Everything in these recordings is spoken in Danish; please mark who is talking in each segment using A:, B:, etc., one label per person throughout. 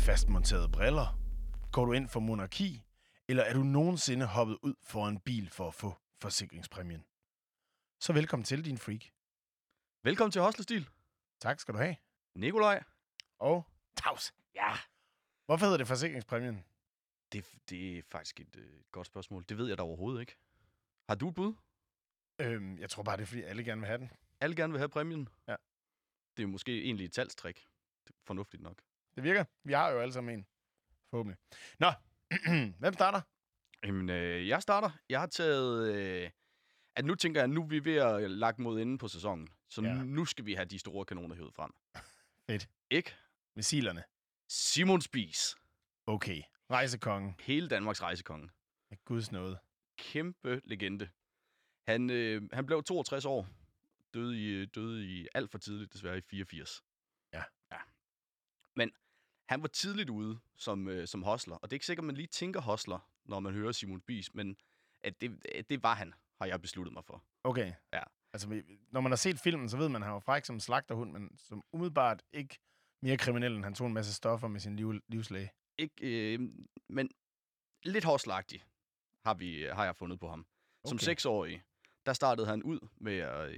A: fastmonterede briller? Går du ind for monarki? Eller er du nogensinde hoppet ud for en bil for at få forsikringspræmien? Så velkommen til, din freak.
B: Velkommen til Hostlestil.
A: Tak skal du have.
B: Nikolaj.
A: Og Tavs.
B: Ja.
A: Hvorfor hedder det forsikringspræmien?
B: Det er faktisk et godt spørgsmål. Det ved jeg da overhovedet ikke. Har du et bud?
A: Jeg tror bare, det er, fordi alle gerne vil have den.
B: Alle gerne vil have præmien?
A: Ja.
B: Det er måske egentlig et salgstrik. Fornuftigt nok.
A: Det virker. Vi har jo alle sammen en. Forhåbentlig. Nå, hvem starter?
B: Jamen, jeg starter. Jeg har taget... at nu tænker jeg, nu er vi ved at lagt mod enden på sæsonen. Så nu skal vi have de store kanoner hævet frem.
A: Fedt.
B: Ikke?
A: Missilerne.
B: Simon Spies.
A: Okay. Rejsekongen.
B: Hele Danmarks rejsekonge.
A: Med guds nåde.
B: Kæmpe legende. Han blev 62 år. Døde i alt for tidligt, desværre i 84.
A: Ja.
B: Men han var tidligt ude som hostler, og det er ikke sikkert, man lige tænker hostler, når man hører Simon Spies, men at det var han, har jeg besluttet mig for.
A: Okay.
B: Ja.
A: Altså, når man har set filmen, så ved man, at han var fræk som slagterhund, men som umiddelbart ikke mere kriminel, end han tog en masse stoffer med sin livslæge.
B: Ikke, men lidt hostlagtig har jeg fundet på ham. Som 6-årig, der startede han ud med at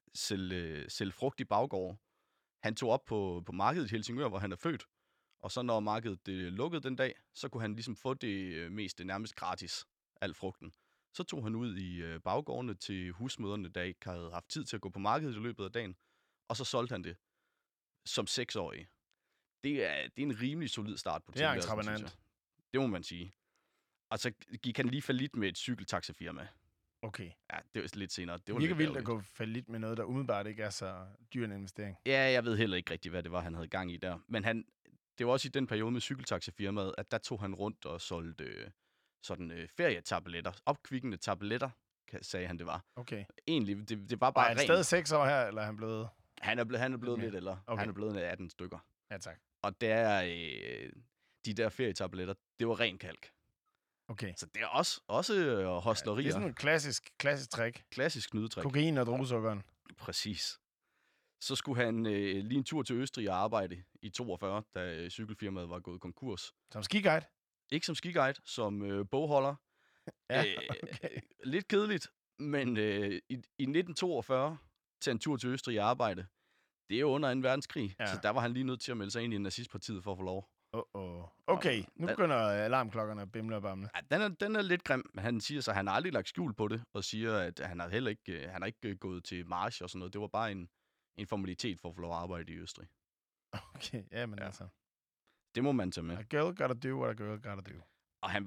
B: sælge frugt i baggård. Han tog op på markedet i Helsingør, hvor han er født. Og så når markedet lukkede den dag, så kunne han ligesom få det meste nærmest gratis, al frugten. Så tog han ud i baggårdene til husmøderne, der ikke havde haft tid til at gå på markedet i løbet af dagen. Og så solgte han det som 6-årig. Det er en rimelig solid start på tilværelsen, synes jeg. Det må man sige. Og så gik han lige fallit med et cykeltaxafirma.
A: Okay.
B: Ja, det var lidt senere. Det
A: var virkelig vildt at gå fallit med noget, der umiddelbart ikke er så dyr en investering.
B: Ja, jeg ved heller ikke rigtigt, hvad det var, han havde gang i der. Men det var også i den periode med cykeltaxafirmaet, at der tog han rundt og solgte ferietabletter. Opkvikkende tabletter, sagde han, det var.
A: Okay.
B: Egentlig, det var bare
A: rent. Er han stadig 6 år her, eller er han blevet...
B: Han er blevet lidt ældre. Okay. Han er blevet 18 stykker.
A: Ja, tak.
B: Og der, de der ferietabletter, det var ren kalk.
A: Okay.
B: Så det er også hostlerier.
A: Det er sådan en klassisk trick.
B: Klassisk knudetrik.
A: Kokain og druesukkeren.
B: Præcis. Så skulle han lige en tur til Østrig og arbejde i 42, da cykelfirmaet var gået konkurs.
A: Som skiguide?
B: Ikke som skiguide, som bogholder.
A: Ja, okay.
B: Lidt kedeligt, men i 1942 til en tur til Østrig og arbejde, det er jo under 2. verdenskrig, så der var han lige nødt til at melde sig ind i nazistpartiet for at få lov.
A: Okay, nu begynder alarmklokkerne at bimle og bamle.
B: Ja, den er lidt grim, men han siger så, at han har aldrig lagt skjul på det, og siger, at han har heller ikke, han har ikke gået til march og sådan noget. Det var bare en formalitet for at få lov at arbejde i Østrig.
A: Okay, men altså.
B: Det må man tage med.
A: A girl gotta do what a girl gotta do.
B: Og han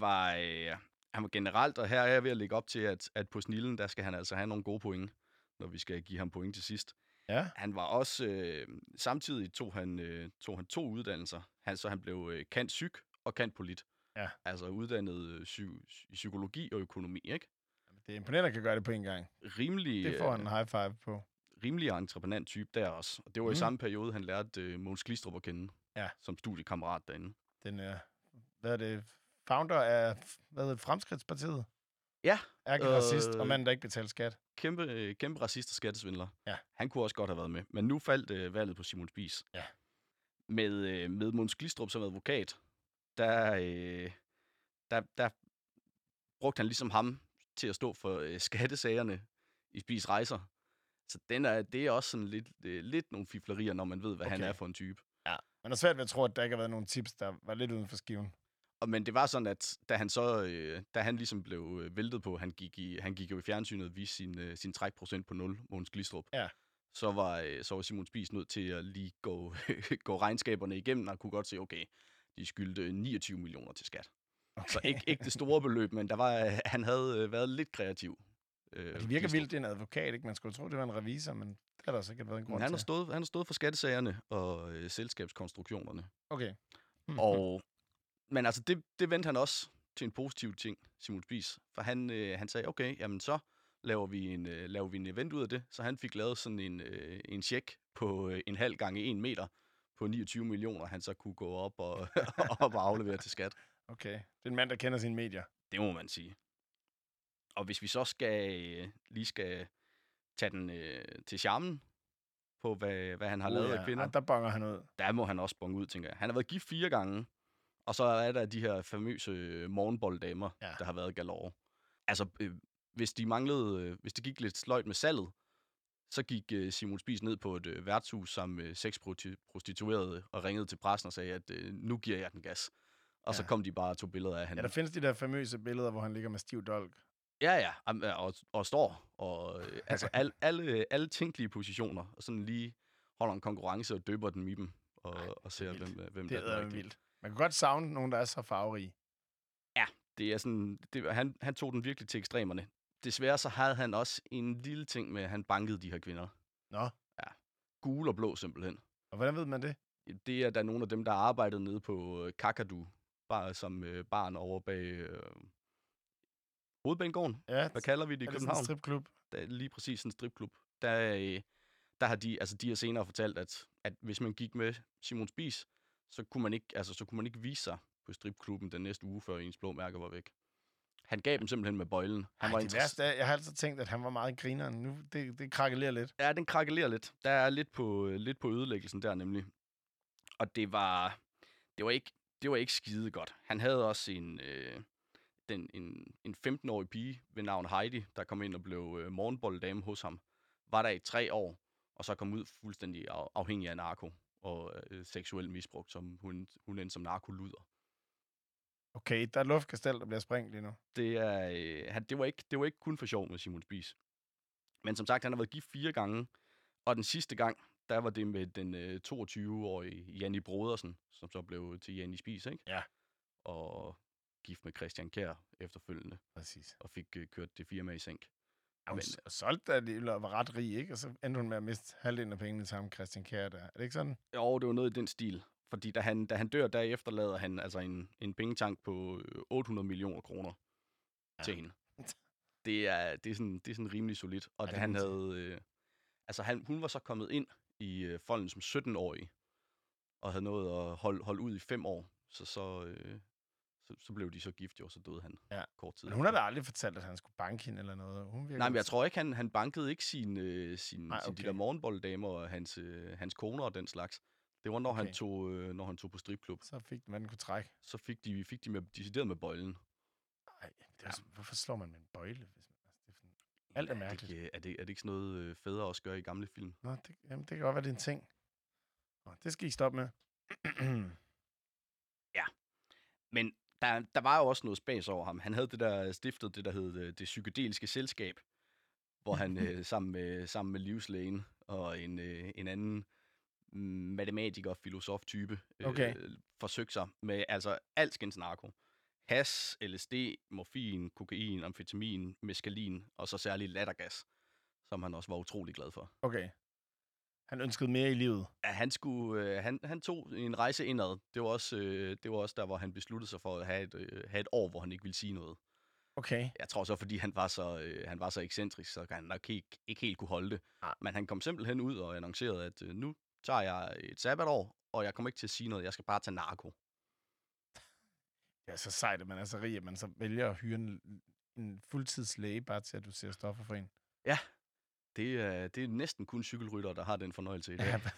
B: var generelt, og her er jeg ved at lægge op til, at på snillen, der skal han altså have nogle gode point, når vi skal give ham point til sidst.
A: Ja.
B: Han var også, samtidig tog han 2 uddannelser. Han blev cand.psych og cand.polit.
A: Ja.
B: Altså uddannet i psykologi og økonomi, ikke?
A: Det er imponerende, at kan gøre det på en gang.
B: Rimelig,
A: det får han en high five på.
B: Rimelig entreprenant type der også. Og det var i samme periode, han lærte Mogens Glistrup at kende. Ja. Som studiekammerat derinde.
A: Den er, founder af, Fremskridtspartiet?
B: Ja.
A: Ærkeracist og mand, der ikke betaler skat.
B: Kæmpe racist og skattesvindler.
A: Ja.
B: Han kunne også godt have været med. Men nu faldt valget på Simon Spies.
A: Ja.
B: Med Mogens Glistrup som advokat, der brugte han ligesom ham til at stå for skattesagerne i Spies rejser. Så det er også sådan lidt nogle fiflerier, når man ved, hvad han er for en type.
A: Ja, man er svært ved at tro, at der ikke har været nogle tips, der var lidt uden for skiven.
B: Men det var sådan, at da han ligesom blev væltet på, han gik jo i fjernsynet og viste sin trækprocent på 0, Mogens Glistrup.
A: Ja.
B: Så var Simon Spies nødt til at lige gå regnskaberne igennem, og kunne godt se, okay, de skyldte 29 millioner til skat. Okay. Så ikke det store beløb, men han havde været lidt kreativ.
A: Det virker vildt, det er en advokat, ikke? Man skulle tro, det var en revisor, men det har der sikkert været en grund til.
B: Han har stået for skattesagerne og selskabskonstruktionerne.
A: Okay.
B: Men altså, det vendte han også til en positiv ting, Simon Spies. For han sagde, okay, jamen så laver vi en event ud af det. Så han fik lavet sådan en check på 1,5 gange 1 meter på 29 millioner, han så kunne gå op og aflevere til skat.
A: Okay, det er en mand, der kender sine medier.
B: Det må man sige. Og hvis vi så skal tage den til charmen på, hvad han har lavet af kvinder.
A: Der bonger han ud.
B: Der må han også bonge ud, tænker jeg. Han har været gift 4 gange. Og så er der de her famøse morgenbolddamer, der har været galore. Altså, hvis det gik lidt sløjt med salget, så gik Simon Spies ned på et værtshus sammen med 6 prostituerede og ringede til pressen og sagde, at nu giver jeg den gas. Og så kom de bare og tog billeder af hende.
A: Ja, der findes de der famøse billeder, hvor han ligger med stiv dolk.
B: Ja, og står. Og altså alle tænkelige positioner. Og sådan lige holder en konkurrence og døber den i dem. Og ser, hvem
A: det er vildt. Man kan godt savne nogen, der er så farverige.
B: Ja, det er sådan... Han tog den virkelig til ekstremerne. Desværre så havde han også en lille ting med, at han bankede de her kvinder.
A: Nå.
B: Ja. Gule og blå simpelthen.
A: Og hvordan ved man det?
B: Det er der nogle af dem, der arbejdede nede på Kakadu, bare som barn over bag Hovedbanegården.
A: Ja,
B: hvad kalder vi det i København?
A: Det er en stripklub.
B: Lige præcis en stripklub. Der har de har senere fortalt, at hvis man gik med Simon Spies, så kunne man ikke vise sig på stripklubben den næste uge, før ens blå mærke var væk. Han gav dem simpelthen med bøjlen.
A: Jeg har altid tænkt, at han var meget grineren. Nu, det krakelerer lidt.
B: Ja, den krakelerer lidt. Der er lidt på ødelæggelsen der nemlig. Og det var ikke skide godt. Han havde også en 15-årig pige ved navn Heidi, der kom ind og blev morgenbolddame hos ham. Var der i 3 år, og så kom ud fuldstændig afhængig af narko og seksuel misbrug, som hun endte som narkoluder.
A: Okay, der er luftkastel, der bliver sprængt lige nu.
B: Det var ikke kun for sjov med Simon Spies. Men som sagt, han har været gift 4 gange, og den sidste gang, der var det med den 22-årige Janni Brodersen, som så blev til Janni Spies, ikke?
A: Ja.
B: Og gift med Christian Kjær efterfølgende.
A: Præcis.
B: Og fik kørt det firma i sænk.
A: Hun solgte da det, var ret rig, ikke? Og så endte hun med at miste halvdelen af pengene til ham, Christian Kjær der. Er det ikke sådan?
B: Jo, det var noget i den stil. Fordi da han dør, der efterlader han altså en pengetank på 800 millioner kroner til hende. Det er sådan rimelig solidt. Og da han havde... hun var så kommet ind i folden som 17-årig, og havde nået at holde ud i 5 år. Så blev de så gift, og så døde han kort tid.
A: Men hun havde aldrig fortalt, at han skulle banke hende eller noget.
B: Nej, men jeg tror ikke, han bankede ikke de der morgenbolddamer og hans koner og den slags. Det var, når han tog på stripklub.
A: Så fik de, hvad den kunne trække.
B: Så fik de decideret med bøjlen.
A: Nej, hvorfor slår man med en bøjle? Alt er mærkeligt.
B: Er det ikke sådan noget fædre også gør i gamle film?
A: Nå, det kan godt være, det er en ting. Det skal I stoppe med.
B: Ja, men der var jo også noget spas over ham. Han havde stiftet det, der hed det psykedeliske selskab, hvor han sammen med livslægen og en anden matematiker og filosof-type forsøgte sig med altså alskens narko. Hash, LSD, morfin, kokain, amfetamin, meskalin og så særligt lattergas, som han også var utrolig glad for.
A: Okay. Han ønskede mere i livet.
B: Ja, han tog en rejse indad. Det var også der, hvor han besluttede sig for at have et år, hvor han ikke ville sige noget.
A: Okay.
B: Jeg tror så, fordi han var så ekscentrisk, så han nok ikke helt kunne holde det.
A: Ah.
B: Men han kom simpelthen ud og annoncerede, at nu tager jeg et sabbatår, og jeg kommer ikke til at sige noget. Jeg skal bare tage narko.
A: Det er så sejt, at man er så rig, at man så vælger at hyre en fuldtidslæge, bare til at du ser stoffer for en.
B: Ja, det er næsten kun cykelryttere, der har den fornøjelse i det.
A: Ja,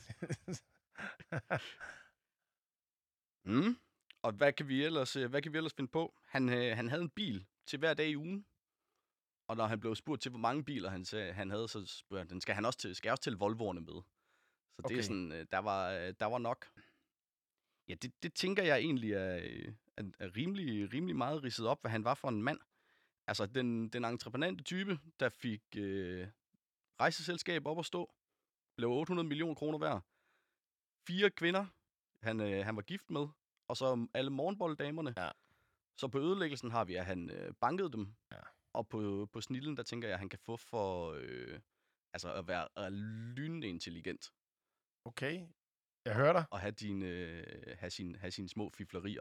B: Og hvad kan vi ellers finde på? Han havde en bil til hver dag i ugen. Og når han blev spurgt til, hvor mange biler han havde, så spurgte han, skal jeg også til Volvoerne med? Så det er sådan, der var nok. Ja, det tænker jeg egentlig er rimelig meget ridset op, hvad han var for en mand. Altså, den entreprenante type, der fik rejseselskab op at stå, blev 800 millioner kroner værd. 4 kvinder, han var gift med, og så alle morgenbolddamerne.
A: Ja.
B: Så på ødelæggelsen har vi, at han bankede dem.
A: Ja.
B: Og på snillen, der tænker jeg, at han kan få for at være lynende intelligent.
A: Okay, jeg hører dig.
B: Og have sine små fiflerier.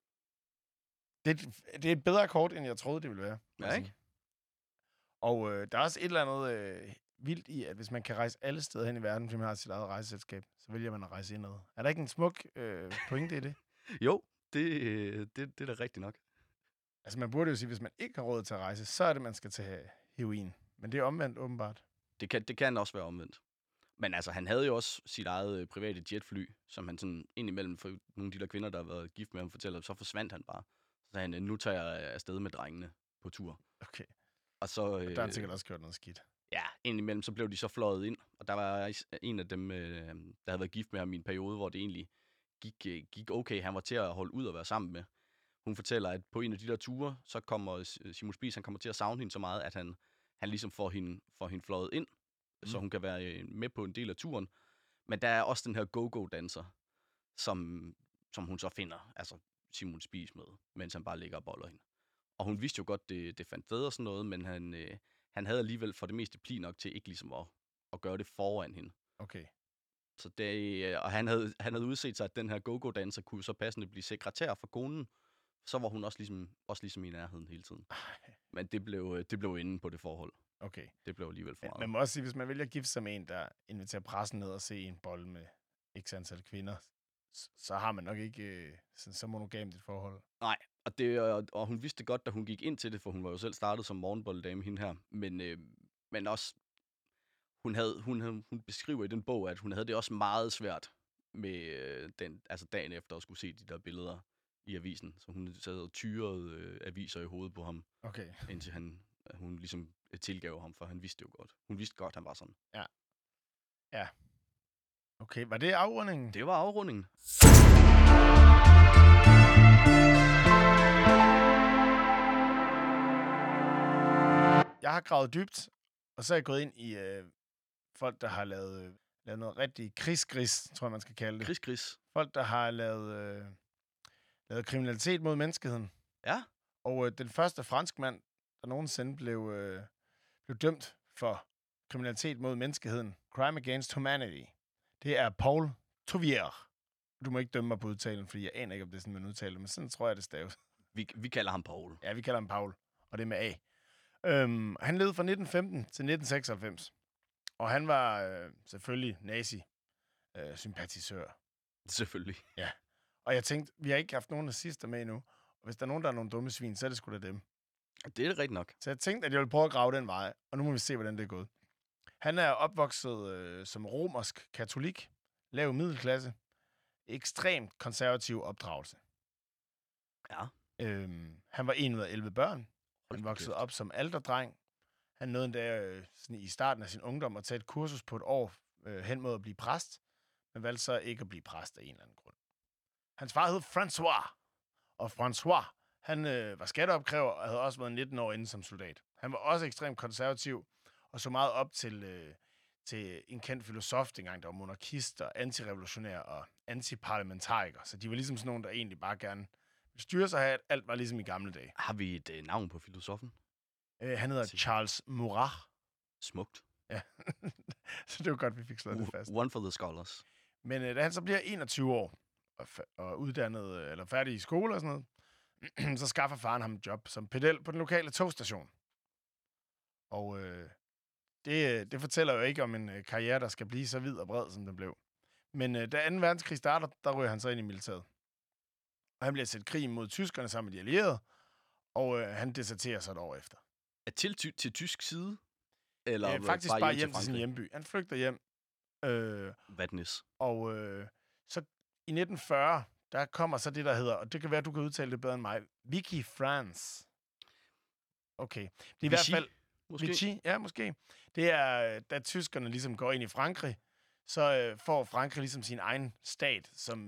A: Det er et bedre kort, end jeg troede, det ville være.
B: Ja, ikke?
A: Og der er også et eller andet vildt i, at hvis man kan rejse alle steder hen i verden, fordi man har sit eget rejseselskab, så vælger man at rejse indad. Er der ikke en smuk pointe i det?
B: Jo, det er da rigtigt nok.
A: Altså man burde jo sige, at hvis man ikke har råd til at rejse, så er det, man skal tage heroin. Men det er omvendt åbenbart.
B: Det kan også være omvendt. Men altså, han havde jo også sit eget private jetfly, som han sådan indimellem, for nogle af de der kvinder, der har været gift med ham, fortæller, så forsvandt han bare. Så sagde han, nu tager jeg afsted med drengene på tur.
A: Okay.
B: Og så...
A: Og der har han sikkert også gjort noget skidt.
B: Ja, indimellem, så blev de så fløjet ind. Og der var en af dem, der havde været gift med ham i en periode, hvor det egentlig gik okay. Han var til at holde ud og være sammen med. Hun fortæller, at på en af de der ture, så kommer Simon Spies, han kommer til at savne hende så meget, at han ligesom får hende fløjet ind, så hun kan være med på en del af turen. Men der er også den her go-go-danser, som hun så finder, altså Simon Spies med, mens han bare ligger og boller hende. Og hun vidste jo godt, det fandt sted og sådan noget, men han havde alligevel for det meste pli nok til ikke ligesom at gøre det foran hende.
A: Okay.
B: Så og han havde udset sig, at den her go-go-danser kunne så passende blive sekretær for konen. Så var hun også ligesom i nærheden hele tiden. Men det blev inde på det forhold.
A: Okay.
B: Det blev alligevel for meget.
A: Man må også sige, hvis man vælger at gifte sig med en, der inviterer pressen ned og se en bold med x antal kvinder, så har man nok ikke så monogamt et forhold.
B: Nej, og hun vidste godt, da hun gik ind til det, for hun var jo selv startet som morgenbolddame, hende her. Men også, hun beskriver i den bog, at hun havde det også meget svært med dagen efter at skulle se de der billeder i avisen. Så hun sad og tyrede aviser i hovedet på ham,
A: Okay.
B: indtil hun ligesom tilgav ham, for han vidste jo godt. Hun vidste godt, han var sådan.
A: Ja. Okay, var det afrundingen?
B: Det var afrundingen.
A: Jeg har gravet dybt, og så er jeg gået ind i folk, der har lavet noget rigtig krigsgris, tror jeg, man skal kalde det.
B: Krigsgris.
A: Folk, der har lavet kriminalitet mod menneskeheden.
B: Ja.
A: Og den første franskmand, der nogensinde blev dømt for kriminalitet mod menneskeheden, crime against humanity, det er Paul Touvier. Du må ikke dømme mig på udtalen, fordi jeg aner ikke, om det er sådan, man udtaler det, men sådan tror jeg, det staves.
B: Vi kalder ham Paul.
A: Ja, vi kalder ham Paul, og det er med A. Han levede fra 1915 til 1996, og han var selvfølgelig nazi-sympatisør.
B: Selvfølgelig.
A: Ja. Og jeg tænkte, vi har ikke haft nogen nazister med endnu, og hvis der er nogen, der er nogle dumme svin, så er det sgu da dem.
B: Det er det rigtigt nok.
A: Så jeg tænkte, at jeg ville prøve at grave den vej, og nu må vi se, hvordan det er gået. Han er opvokset som romersk katolik, lav middelklasse, ekstremt konservativ opdragelse.
B: Ja.
A: Han var en ud af 11 børn. Han voksede op som alderdreng. Han nåede endda i starten af sin ungdom at tage et kursus på et år hen mod at blive præst, men valgte så ikke at blive præst af en eller anden grund. Hans far hed François, og François, han var skatteopkræver og havde også været 19 år inde som soldat. Han var også ekstremt konservativ og så meget op til en kendt filosof dengang, der var monarkister, antirevolutionære og antiparlamentarikere. Så de var ligesom sådan nogle, der egentlig bare gerne ville styre sig af, at alt var ligesom i gamle dage.
B: Har vi et navn på filosofen?
A: Han hedder Charles Maurras.
B: Smukt.
A: Ja, så det var godt, vi fik slået det fast.
B: One for the scholars.
A: Men da han så bliver 21 år og uddannet eller færdig i skole og sådan noget, så skaffer faren ham et job som pedel på den lokale togstation. Og det fortæller jo ikke om en karriere, der skal blive så vid og bred, som den blev. Men da 2. verdenskrig starter, der ryger han så ind i militæret. Og han bliver sat krig mod tyskerne sammen med de allierede, og han deserterer så et år efter.
B: Er til tysk side? Eller
A: faktisk bare hjem til sin hjemby. Han flygter hjem.
B: Vatnis.
A: Og så i 1940, der kommer så det, der hedder, og det kan være, du kan udtale det bedre end mig, Vichy France. Okay. Det er i hvert fald...
B: Måske.
A: Vichy, ja, måske. Det er, da tyskerne ligesom går ind i Frankrig, så får Frankrig ligesom sin egen stat, som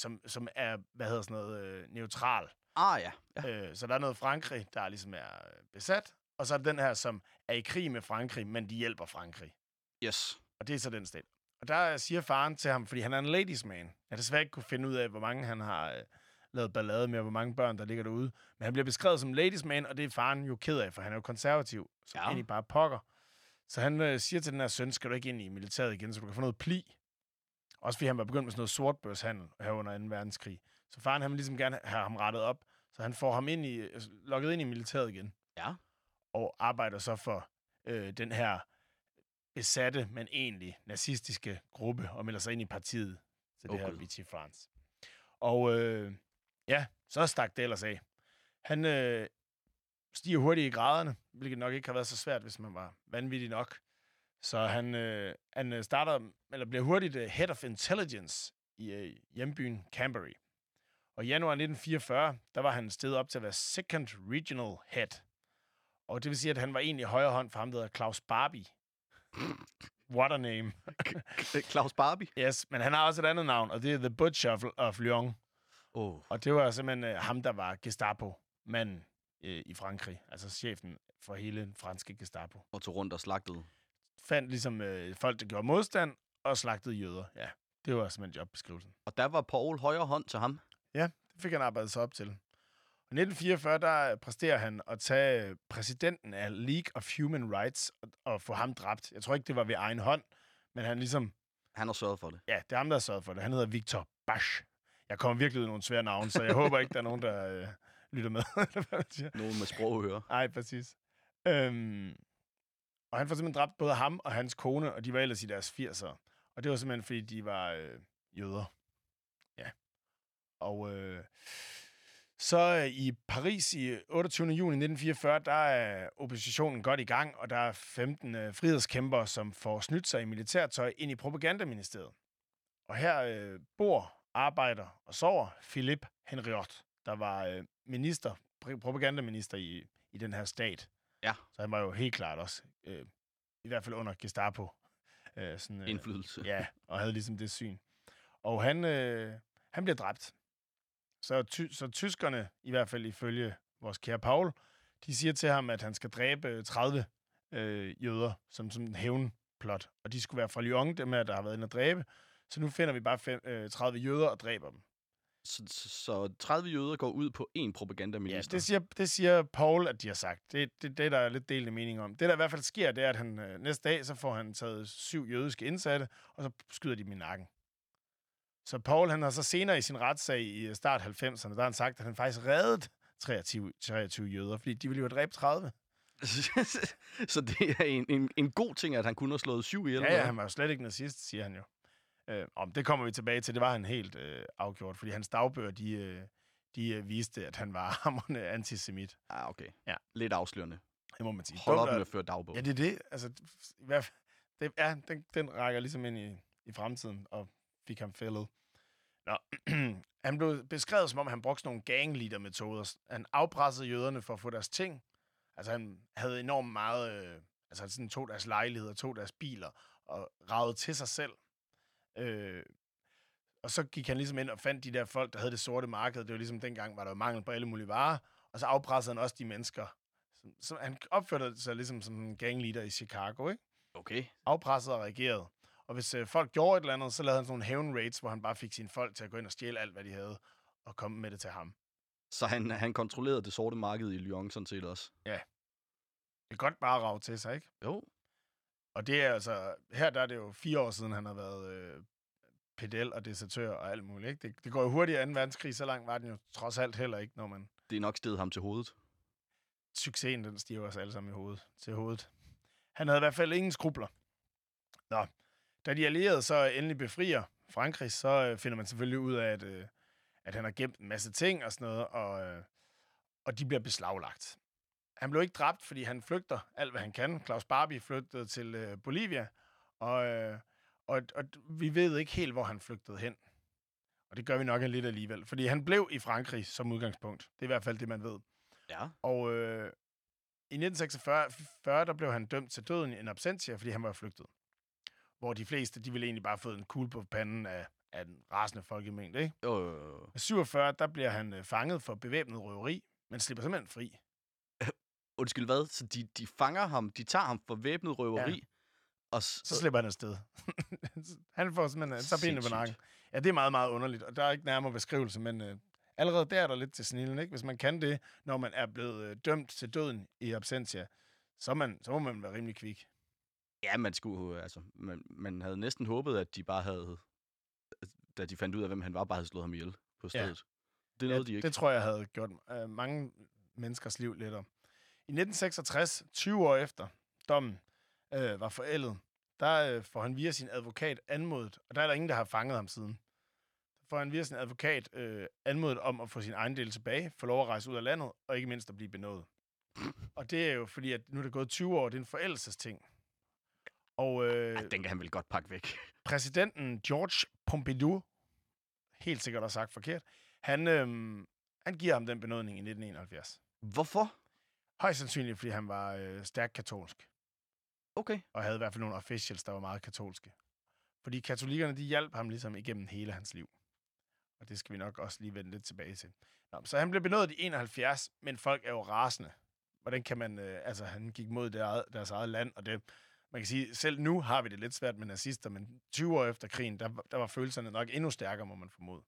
A: er, neutral.
B: Ja.
A: Så der er noget Frankrig, der ligesom er besat, og så er den her, som er i krig med Frankrig, men de hjælper Frankrig.
B: Yes.
A: Og det er så den stat. Og der siger faren til ham, fordi han er en ladies man. Jeg desværre ikke kunne finde ud af, hvor mange han har lavet ballade med, hvor mange børn, der ligger derude. Men han bliver beskrevet som ladies man, og det er faren jo ked af, for han er jo konservativ, som egentlig bare pokker. Så han siger til den her søn, skal du ikke ind i militæret igen, så du kan få noget pli. Også fordi han var begyndt med sådan noget sortbørshandel her under 2. verdenskrig. Så faren han vil ligesom gerne have ham rettet op, så han får ham lukket ind i militæret igen.
B: Ja.
A: Og arbejder så for den her besatte, men egentlig nazistiske gruppe, og melder sig ind i partiet til det her Vichy France. Og så stak det ellers af. Han stiger hurtigt i graderne, hvilket nok ikke har været så svært, hvis man var vanvittig nok. Så han starter, eller bliver hurtigt Head of Intelligence i hjembyen Canberra. Og i januar 1944, der var han steget op til at være Second Regional Head. Og det vil sige, at han var egentlig højre hånd for ham, der hedder Claus Barbie. What a name.
B: Claus Barbie?
A: Yes, men han har også et andet navn, og det er The Butcher of Lyon. Og det var simpelthen ham, der var Gestapo-manden i Frankrig. Altså chefen for hele den franske Gestapo.
B: Og tog rundt og slagtede.
A: Fandt ligesom folk, der gjorde modstand, og slagtede jøder. Ja, det var simpelthen jobbeskrivelsen.
B: Og der var Paul højre hånd til ham?
A: Ja, det fik han arbejdet sig op til. Og i 1944, der præsterer han at tage præsidenten af League of Human Rights og få ham dræbt. Jeg tror ikke, det var ved egen hånd, men han ligesom...
B: Han har sørget for det.
A: Ja, det er ham, der har sørget for det. Han hedder Victor Basch. Jeg kommer virkelig ud af nogle svære navne, så jeg håber ikke, der er nogen, der lytter med.
B: Nogen med sprogøre.
A: Nej, præcis. Og han får simpelthen dræbt både ham og hans kone, og de var ellers i deres 80'ere. Og det var simpelthen, fordi de var jøder. Ja. Og så i Paris i 28. juni 1944, der er oppositionen godt i gang, og der er 15 frihedskæmpere, som får snydt sig i militærtøj ind i propagandaministeriet. Og her bor, arbejder og sover Philippe Henriot, der var propagandaminister i den her stat.
B: Ja.
A: Så han var jo helt klart også, i hvert fald under Gestapo.
B: Indflydelse.
A: Ja, og havde ligesom det syn. Og han bliver dræbt. Så tyskerne, i hvert fald ifølge vores kære Paul, de siger til ham, at han skal dræbe 30 jøder som en hævnplot. Og de skulle være fra Lyon, dem her, der har været inde at dræbe. Så nu finder vi bare 30 jøder og dræber dem.
B: Så 30 jøder går ud på én propagandaminister?
A: Ja, det siger Paul, at de har sagt. Det der er lidt delte mening om. Det, der i hvert fald sker, det er, at han næste dag, så får han taget 7 jødiske indsatte, og så skyder de dem i nakken. Så Paul, han har så senere i sin retssag i start 90'erne, der har han sagt, at han faktisk reddede 23 jøder, fordi de ville jo have dræbt 30.
B: Så det er en god ting, at han kunne have slået 7 ihjel?
A: Ja, han var jo slet ikke nazist, siger han jo. Om det kommer vi tilbage til, det var han helt afgjort, fordi hans dagbøger, de viste, at han var hamrende antisemit.
B: Ah, okay.
A: Ja.
B: Lidt afslørende.
A: Det må man sige.
B: Hold op med at føre dagbog.
A: Ja, det er det. Altså, i hvert fald, den rækker ligesom ind i fremtiden, og fik ham fældet. Nå, han blev beskrevet, som om han brugte sådan nogle gang-leader-metoder. Han afpressede jøderne for at få deres ting. Altså, han havde enormt meget... han sådan tog deres lejligheder, tog deres biler og ragede til sig selv. Og så gik han ligesom ind og fandt de der folk, der havde det sorte marked. Det var ligesom dengang, var der mangel på alle mulige varer. Og så afpressede han også de mennesker. Så han opførte sig ligesom som en gangleader i Chicago, ikke?
B: Okay.
A: Afpressede og regerede. Og hvis folk gjorde et eller andet, så lavede han sådan nogle hævn-raids, hvor han bare fik sine folk til at gå ind og stjæle alt, hvad de havde, og komme med det til ham.
B: Så han kontrollerede det sorte marked i Lyon sådan set også?
A: Ja. Det er godt bare at rage til sig, ikke?
B: Jo.
A: Og det er altså... Her der er det jo 4 år siden, han har været pedel og desertør og alt muligt, ikke? Det går jo hurtigt i 2. verdenskrig, så langt var den jo trods alt heller ikke, når man...
B: Det er nok steget ham til hovedet.
A: Succesen, den stiger os alle sammen til hovedet. Han havde i hvert fald ingen skrubler. Nå. Da de allierede så endelig befrier Frankrig, så finder man selvfølgelig ud af, at han har gemt en masse ting og sådan noget, og de bliver beslaglagt. Han blev ikke dræbt, fordi han flygter alt, hvad han kan. Claus Barbie flygtede til Bolivia, og vi ved ikke helt, hvor han flygtede hen. Og det gør vi nok lidt alligevel, fordi han blev i Frankrig som udgangspunkt. Det er i hvert fald det, man ved.
B: Ja.
A: Og i 1946, der blev han dømt til døden in absentia, fordi han var flygtet. Hvor de fleste, de ville egentlig bare få en kugle på panden af den rasende folkemængde, ikke? I 47, der bliver han fanget for bevæbnet røveri, men slipper simpelthen fri.
B: Undskyld, hvad? Så de fanger ham, de tager ham for væbnet røveri,
A: ja.
B: Og
A: så slipper han afsted. Han får simpelthen så benene på nakken. Ja, det er meget, meget underligt, og der er ikke nærmere beskrivelse, men allerede der er der lidt til snillen, ikke? Hvis man kan det, når man er blevet dømt til døden i absentia, så må man være rimelig kvik.
B: Ja, man havde næsten håbet, at de bare havde, da de fandt ud af, hvem han var, bare havde slået ham ihjel på stedet. Ja. Det nåede de ikke.
A: Det tror jeg havde gjort mange menneskers liv lettere. I 1966, 20 år efter dommen var forældet, der får han via sin advokat anmodet, og der er der ingen, der har fanget ham siden. Der får han via sin advokat anmodet om at få sin ejendel tilbage, få lov at rejse ud af landet, og ikke mindst at blive benådet. Og det er jo fordi, at nu er det gået 20 år, det er en forældelsesting. Og
B: Den kan han vel godt pakke væk.
A: præsidenten George Pompidou, helt sikkert også sagt forkert, han giver ham den benådning i 1971.
B: Hvorfor?
A: Højst sandsynligt, fordi han var stærkt katolsk.
B: Okay.
A: Og havde i hvert fald nogle officials, der var meget katolske. Fordi katolikkerne, de hjalp ham ligesom igennem hele hans liv. Og det skal vi nok også lige vende lidt tilbage til. Nå, så han blev benådet i 71, men folk er jo rasende. Hvordan kan man... han gik mod deres eget land, og det... Man kan sige, selv nu har vi det lidt svært med nazister, men 20 år efter krigen, der var følelserne nok endnu stærkere, må man formode.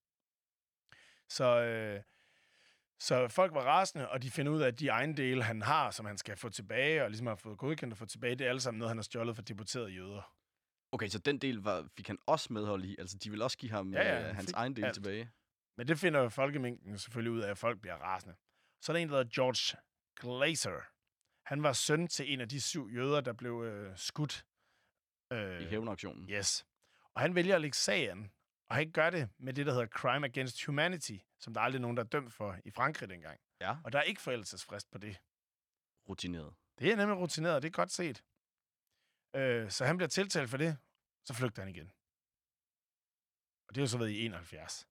A: Så folk var rasende, og de finder ud af, at de ejendele, han har, som han skal få tilbage, og ligesom har fået godkendt at få tilbage, det er alle sammen noget, han har stjålet for deporterede jøder.
B: Okay, så den del fik han også medhold i? Altså, de vil også give ham hans egen del tilbage?
A: Men det finder folkemængden selvfølgelig ud af, at folk bliver rasende. Så er der en, der hedder George Glaser. Han var søn til en af de 7 jøder, der blev skudt.
B: I hævnaktionen?
A: Yes. Og han vælger at lægge sagen, og han gør det med det, der hedder Crime Against Humanity, som der aldrig er nogen, der er dømt for i Frankrig dengang.
B: Ja.
A: Og der er ikke forældelsesfrist på det.
B: Rutineret.
A: Det er nemlig rutineret, det er godt set. Så han bliver tiltalt for det, så flygter han igen. Og det er jo så været i 71.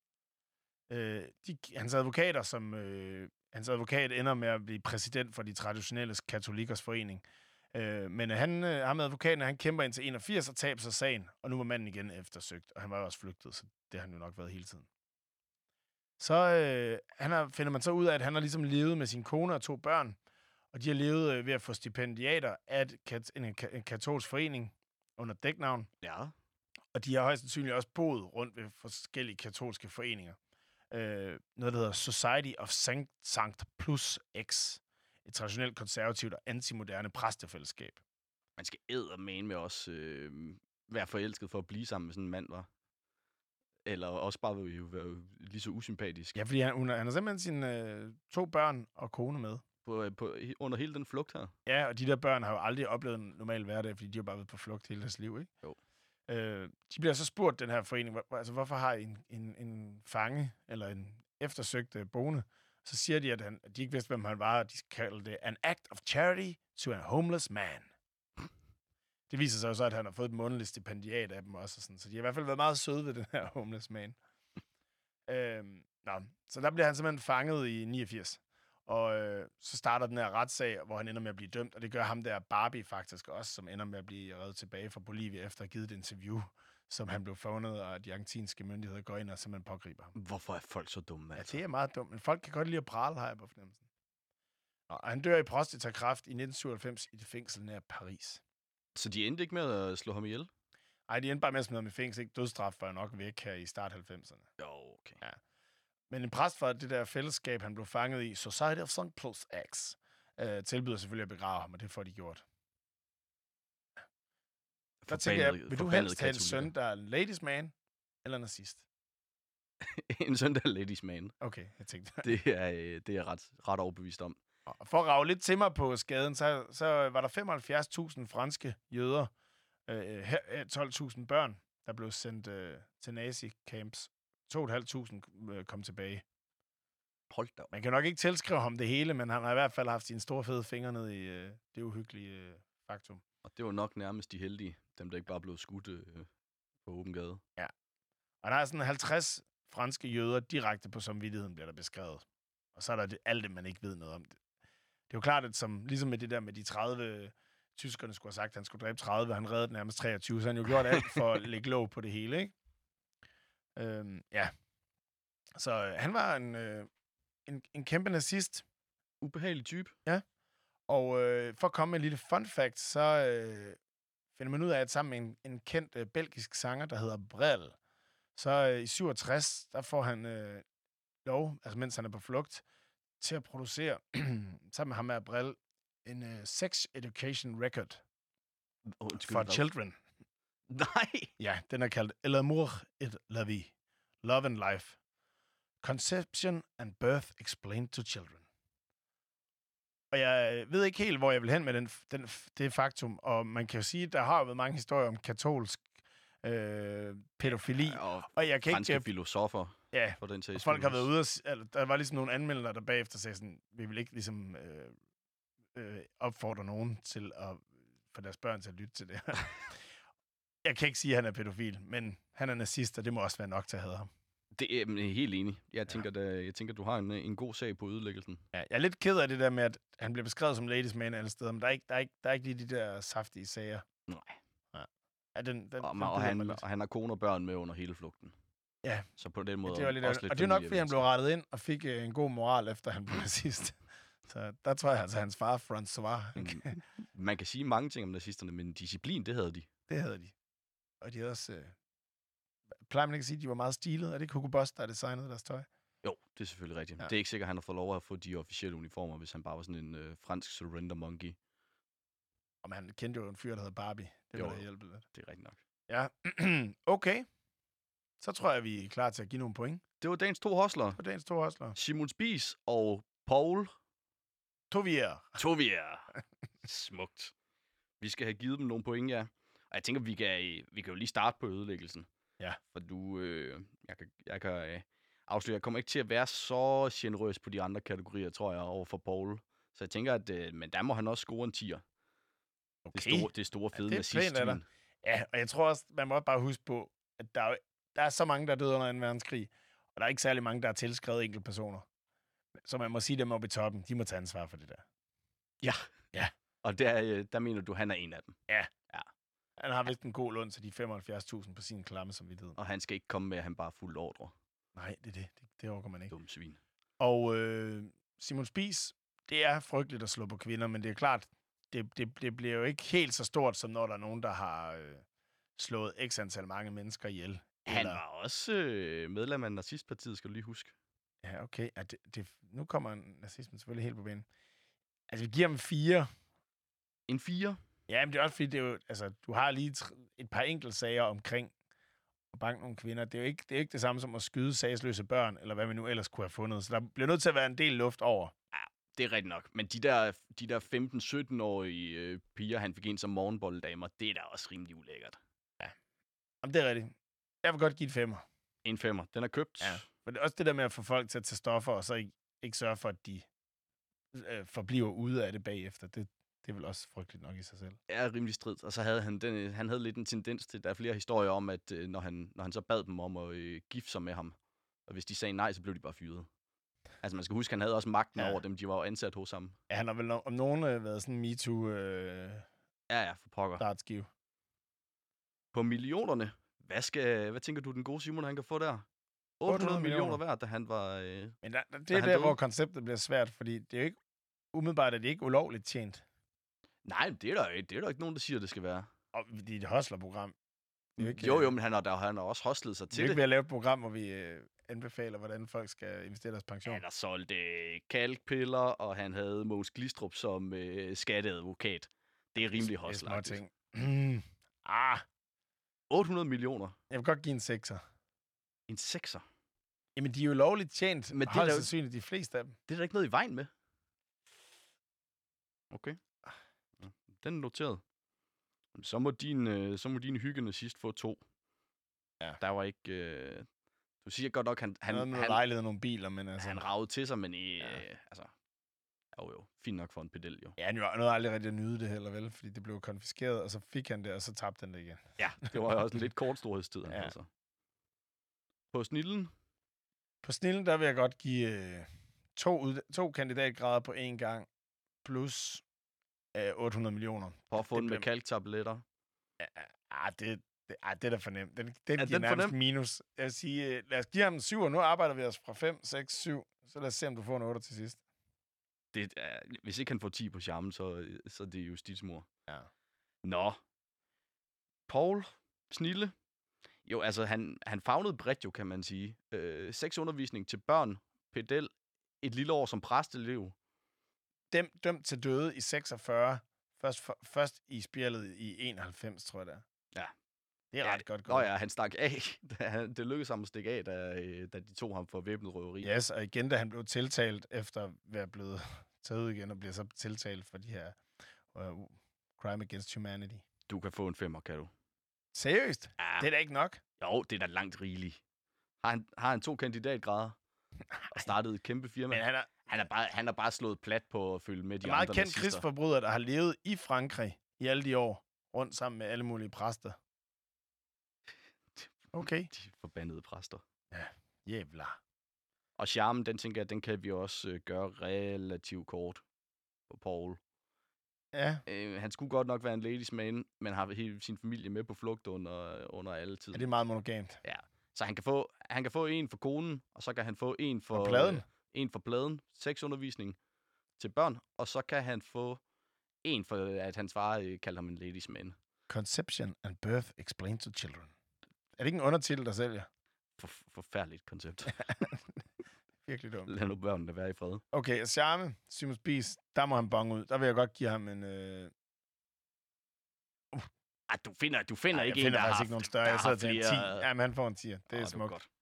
A: Hans advokat ender med at blive præsident for de traditionelle katolikers forening. Men ham advokaten, han kæmper indtil 81 og taber sig sagen, og nu var manden igen eftersøgt, og han var jo også flygtet, så det har han jo nok været hele tiden. Så finder man så ud af, at han har ligesom levet med sin kone og 2 børn, og de har levet ved at få stipendiater af en katolsk forening under dæknavn.
B: Ja.
A: Og de har højst sandsynligt også boet rundt ved forskellige katolske foreninger. Noget, der hedder Society of Sankt Plus X. Et traditionelt konservativt og antimoderne præstefællesskab.
B: Man skal eddermane med også være forelsket for at blive sammen med sådan en mand, var. Eller også bare være lige så usympatisk.
A: Ja, fordi han har simpelthen sine 2 børn og kone med.
B: Under hele den flugt her.
A: Ja, og de der børn har jo aldrig oplevet en normal hverdag, fordi de har bare været på flugt hele deres liv, ikke?
B: Jo.
A: De bliver så spurgt, den her forening, hvorfor har I en fange eller en eftersøgt boende? Så siger de, at de ikke vidste, hvem han var, og de kalder det an act of charity to a homeless man. Det viser sig jo så, at han har fået et månedligt stipendiat af dem også. Og sådan. Så de har i hvert fald været meget søde ved den her homeless man. Så der bliver han simpelthen fanget i 89. Og så starter den her retssag, hvor han ender med at blive dømt. Og det gør ham der Barbie faktisk også, som ender med at blive reddet tilbage fra Bolivia efter at have givet et interview, som han blev fundet, og de argentinske myndigheder går ind og simpelthen pågriber ham.
B: Hvorfor er folk så dumme, altså?
A: Ja, det er meget dumt, men folk kan godt lide at prale, har jeg på fornemmelsen. Og han dør i prostatakræft i 1997 i det fængsel nær Paris.
B: Så de endte ikke med at slå ham ihjel?
A: Nej, de endte bare med at smide ham i fængsel. Ikke? Dødsstraf var jo nok væk her i start 90'erne.
B: Jo, okay.
A: Ja. Men en præst for det der fællesskab, han blev fanget i, Society of St. Plus X, tilbyder selvfølgelig at begrave ham, og det får de gjort. Der tænker jeg, vil du helst have en søn, der er en ladies man, eller nazist?
B: En søn, der er ladies man.
A: Okay, jeg tænkte.
B: Det er jeg ret overbevist om.
A: Og for at rage lidt til mig på skaden, så var der 75.000 franske jøder, 12.000 børn, der blev sendt til nazi-camps. 2.500 kom tilbage.
B: Hold da.
A: Man kan nok ikke tilskrive ham det hele, men han har i hvert fald haft sine store fede fingre ned i det uhyggelige faktum.
B: Og det var nok nærmest de heldige, dem der ikke bare blev skudt på åben gade.
A: Ja. Og der er sådan 50 franske jøder direkte på samvittigheden, bliver der beskrevet. Og så er der alt det, man ikke ved noget om. Det er jo klart, at ligesom med det der med de 30... Tyskerne skulle have sagt, at han skulle dræbe 30, han reddede nærmest 23, så han jo gjort alt for at lægge låg på det hele, ikke? Ja. Så han var en kæmpe nazist.
B: Ubehagelig type.
A: Ja. Og for at komme med en lille fun fact, så finder man ud af, at sammen med en kendt belgisk sanger, der hedder Brel, så i 67, der får han lov, altså mens han er på flugt, til at producere, sammen med ham med Brel, en sex education record for children.
B: Nej!
A: Ja, den er kaldt L'amour et la vie. Love and Life. Conception and Birth Explained to Children. Og jeg ved ikke helt, hvor jeg vil hen med det faktum, og man kan jo sige, at der har været mange historier om katolsk pædofili.
B: Ja,
A: og jeg kan
B: franske filosofer.
A: Ja,
B: for den
A: og folk har været ude og... Der var ligesom nogle anmeldere, der bagefter sagde sådan, vi vil ikke ligesom opfordre nogen til at få deres børn til at lytte til det. Jeg kan ikke sige, at han er pædofil, men han er nazist, og det må også være nok til at have ham.
B: Det er jeg helt enig. Jeg tænker, du har en god sag på ødelæggelsen.
A: Ja, jeg er lidt ked af det der med, at han bliver beskrevet som ladies man alle steder, men der er ikke lige de der saftige sager.
B: Nej.
A: Ja,
B: og han har kone og børn med under hele flugten.
A: Ja.
B: Så på den måde
A: det var lidt også lidt og det er nok, fordi han blev rettet ind og fik en god moral, efter han blev nazist. Så der tror jeg altså, hans far, François.
B: Man kan sige mange ting om nazisterne, men disciplin, det havde de.
A: Det havde de. Og de havde også... plejer man ikke at sige, at de var meget stilede? Er det ikke Hugo Boss, der har designet deres tøj?
B: Jo, det er selvfølgelig rigtigt.
A: Ja.
B: Det er ikke sikkert, at han har fået lov at få de officielle uniformer, hvis han bare var sådan en fransk surrender monkey.
A: Og han kendte jo en fyr, der hedder Barbie. Det ville have hjælpet lidt.
B: Det er rigtigt nok.
A: Ja, okay. Så tror jeg, vi er klar til at give nogle point.
B: Det var dagens 2 hostler. Simon Spies og Paul Tovier. Smukt. Vi skal have givet dem nogle point, ja. Og jeg tænker, vi kan jo lige starte på ødelæggelsen.
A: Ja.
B: For jeg kan afsløre, jeg kommer ikke til at være så generøs på de andre kategorier, tror jeg, over for Paul. Så jeg tænker, at men der må han også score en 10'er.
A: Okay.
B: Det store fede
A: nazist. Ja, og jeg tror også, man må bare huske på, at der er så mange, der er døde under 2. verdenskrig, og der er ikke særlig mange, der er tilskrevet enkelte personer. Så man må sige dem oppe i toppen. De må tage ansvar for det der.
B: Ja. Og der mener du, han er en af dem.
A: Ja. Han har vist en god lund til de 75.000 på sin klamme samvittighed.
B: Og han skal ikke komme med, at han bare er fuldt ordre.
A: Nej, det overgår man ikke.
B: Dum svin.
A: Og Simon Spies, det er frygteligt at slå på kvinder, men det er klart, det bliver jo ikke helt så stort, som når der er nogen, der har slået x antal mange mennesker ihjel.
B: Han var også medlem af nazistpartiet, skal du lige huske.
A: Ja, okay. Nu kommer nazismen selvfølgelig helt på banen. Altså, vi giver dem 4.
B: En 4?
A: Ja, men det er også fordi, det er jo, altså, du har lige et par enkelte sager omkring at banke nogle kvinder. Det er jo ikke det samme som at skyde sagsløse børn, eller hvad man nu ellers kunne have fundet. Så der bliver nødt til at være en del luft over.
B: Ja, det er rigtigt nok. Men de der 15-17-årige piger, han fik ind som morgenbolddamer, det er da også rimelig ulækkert.
A: Ja, jamen, det er rigtigt. Jeg vil godt give et 5'er.
B: En 5'er. Den er købt.
A: Ja, for det er også det der med at få folk til at tage stoffer, og så ikke sørge for, at de forbliver ude af det bagefter. Det er vel også frygteligt nok i sig selv.
B: Ja, rimelig stridt. Og så havde han havde lidt en tendens til, der er flere historier om, at når han så bad dem om at gifte sig med ham, og hvis de sagde nej, så blev de bare fyret. Altså man skal huske, han havde også magten over dem, de var jo ansat hos ham. Ja,
A: han har vel om nogen været sådan en MeToo
B: ja, for pokker.
A: Startskive.
B: På millionerne, hvad tænker du, den gode Simon, han kan få der? 800 millioner værd, da han var...
A: Men det er der, hvor konceptet bliver svært, fordi det er jo ikke umiddelbart, at det ikke er ulovligt tjent.
B: Nej, det er der ikke nogen, der siger, det skal være.
A: Og det er et hostlerprogram.
B: Jo, men han har også hostlet sig til det.
A: Det er ikke ved at lave et program, hvor vi anbefaler, hvordan folk skal investere deres pension.
B: Han har solgt kalkpiller, og han havde Mogens Glistrup som skatteadvokat. Det er rimelig hostlagtigt. 800 millioner.
A: Jeg vil godt give en 6'er.
B: En 6'er?
A: Jamen, de er jo lovligt tjent.
B: Men
A: det er sandsynligt de fleste af dem.
B: Det er der ikke noget i vejen med. Okay. Den er noteret. Så må din hyggende sidst få 2.
A: Ja.
B: Der var ikke... Du siger godt nok, han
A: lejlighed nogle biler, men altså...
B: Han ragede til sig, men altså... Jo, fint nok for en pedel, jo.
A: Ja, han nåede aldrig rigtig at nyde det heller, vel? Fordi det blev konfiskeret, og så fik han det, og så tabte han det igen.
B: Ja, det var også en lidt kort storhedstid, altså. På snillen? På
A: snillen, der vil jeg godt give 2 kandidatgrader på én gang, plus 800 millioner.
B: Påfundet med kalktabletter?
A: Det er da for nemt. Den giver nærmest minus. Jeg vil sige, lad os give ham en 7, og nu arbejder vi os fra 5, 6, 7. Så lad os se, om du får en 8 til sidst.
B: Hvis ikke han får 10 på charmen, så er det justitsmord.
A: Ja.
B: Nå. Paul Snille. Jo, altså, han favnede bredt jo, kan man sige. Sexundervisning til børn, pedel, et lille år som præstelev.
A: Dømt til døde i 46. Først i spjældet i 91, tror jeg det er.
B: Ja.
A: Det er ret godt.
B: Nå ja, han stak af. Det lykkedes ham at stikke af, da de tog ham for væbnet røveri.
A: Yes, og igen, da han blev tiltalt efter at være blevet taget ud igen, og bliver så tiltalt for de her crime against humanity.
B: Du kan få en 5'er, kan du?
A: Seriøst?
B: Ja.
A: Det er da ikke nok.
B: Jo, det er da langt rigeligt. Har han 2 kandidatgrader og startede et kæmpe firma.
A: Men
B: han er bare slået plat på at følge med de andre
A: nazister. En meget kendt krigsforbryder, der har levet i Frankrig i i alle de år, rundt sammen med alle mulige præster. Okay.
B: De forbandede præster.
A: Ja, jævlar.
B: Og charmen, den tænker jeg, den kan vi også gøre relativt kort på Paul.
A: Ja.
B: Han skulle godt nok være en ladies man, men har hele sin familie med på flugt under alle tider.
A: Ja, det er meget monogamt.
B: Ja. Så han kan få en for konen, og så kan han få en for
A: pladen.
B: En for pladen, sexundervisning til børn, og så kan han få en for, at hans far kalder ham en ladies man.
A: Conception and Birth Explained to Children. Er det ikke en undertitel, der sælger?
B: Forfærdeligt koncept.
A: Virkelig dumt.
B: Lad nu børnene være i fred.
A: Okay, og charme, Simon Spies, der må han bonge ud. Der vil jeg godt give ham en...
B: Du finder ikke
A: jeg
B: en, der
A: finder
B: har
A: faktisk ikke nogen større. Jeg sidder til en 10. Jamen, han får en 10. Det er smukt.
B: Godt.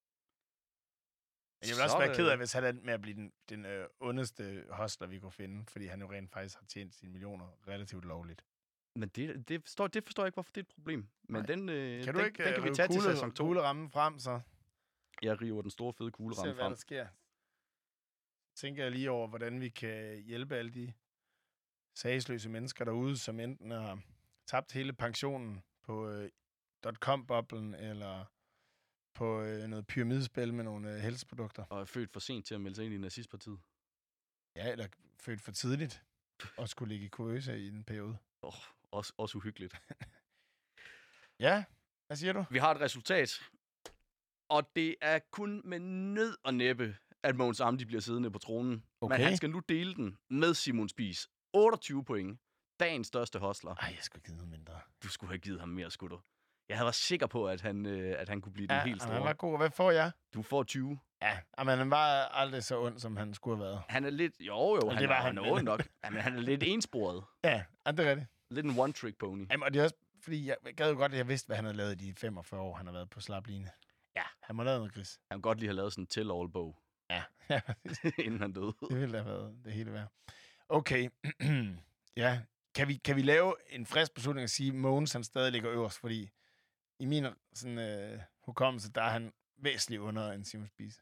A: Jeg vil også være ked af, hvis han er med at blive den ondeste hostler, vi kunne finde, fordi han jo rent faktisk har tjent sine millioner relativt lovligt.
B: Men det forstår jeg ikke, hvorfor det er et problem. Men den
A: kan
B: vi tage til sæson 2.
A: Kuglerammen frem, så?
B: Jeg river den store, fede kugleramme frem.
A: Se, hvad der sker. Tænker jeg lige over, hvordan vi kan hjælpe alle de sagsløse mennesker derude, som enten har tabt hele pensionen på .com-boblen, eller på noget pyramidespil med nogle helseprodukter.
B: Og er født for sent til at melde sig ind i nazistpartiet.
A: Ja, eller født for tidligt, og skulle ligge i kuvøse i den periode.
B: Også uhyggeligt.
A: Ja, hvad siger du?
B: Vi har et resultat, og det er kun med nød og næppe, at Mogens Amdi bliver siddende på tronen.
A: Okay.
B: Men han skal nu dele den med Simon Spies. 28 point. Dagens største hostler.
A: Ej, jeg skulle have givet noget mindre.
B: Du skulle have givet ham mere, skulle du. Jeg havde været sikker på, at han kunne blive den helt store.
A: Han var god. Hvad får jeg?
B: Du får 20.
A: Ja, men han var aldrig så ond, som han skulle have været.
B: Han er lidt... Jo,
A: det var
B: han er ond nok. Men han er lidt ensporet.
A: Ja, det er rigtigt.
B: Lidt en one-trick pony.
A: Jamen, og det er også, fordi jeg gad jo godt, at jeg vidste, hvad han havde lavet i de 45 år, han har været på slapline.
B: Ja.
A: Han må lave noget gris.
B: Han kunne godt lige have lavet sådan en tell-all-bog.
A: Ja.
B: Inden han døde.
A: Det ville da have været det hele værd. Okay. Ja. Kan vi lave en frisk beslutning at sige, at Mogens han stadig ligger øverst, fordi i min sådan, hukommelse, der er han væsentligt under en Simon Spies.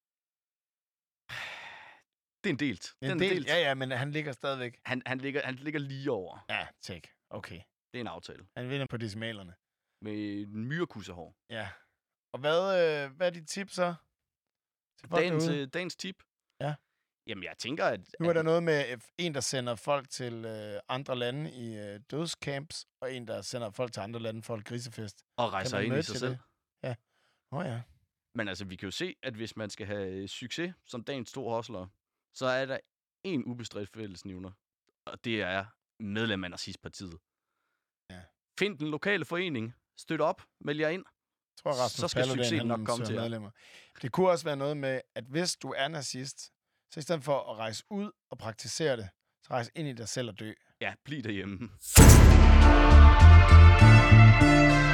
B: Det er en delt.
A: Ja, men han ligger stadigvæk.
B: Han ligger lige over.
A: Ja, tjek. Okay.
B: Det er en aftale.
A: Han vinder på decimalerne.
B: Med en myrekussehår.
A: Ja. Og hvad er dit tip så?
B: Dagens tip?
A: Ja.
B: Jamen, jeg tænker, at...
A: Nu er der noget med en, der sender folk til andre lande i dødscamps, og en, der sender folk til andre lande for et grisefest.
B: Og rejser ind i sig selv.
A: Det? Ja. Ja.
B: Men altså, vi kan jo se, at hvis man skal have succes som dagens store hostler, så er der en ubestridt fællesnævner, og det er medlem af nazistpartiet.
A: Ja.
B: Find den lokale forening, støt op, meld jer ind.
A: Jeg tror, Rasmus
B: så skal succesen nok komme til jer.
A: Det kunne også være noget med, at hvis du er nazist, så i stedet for at rejse ud og praktisere det, så rejse ind i dig selv og dø.
B: Ja, bliv derhjemme.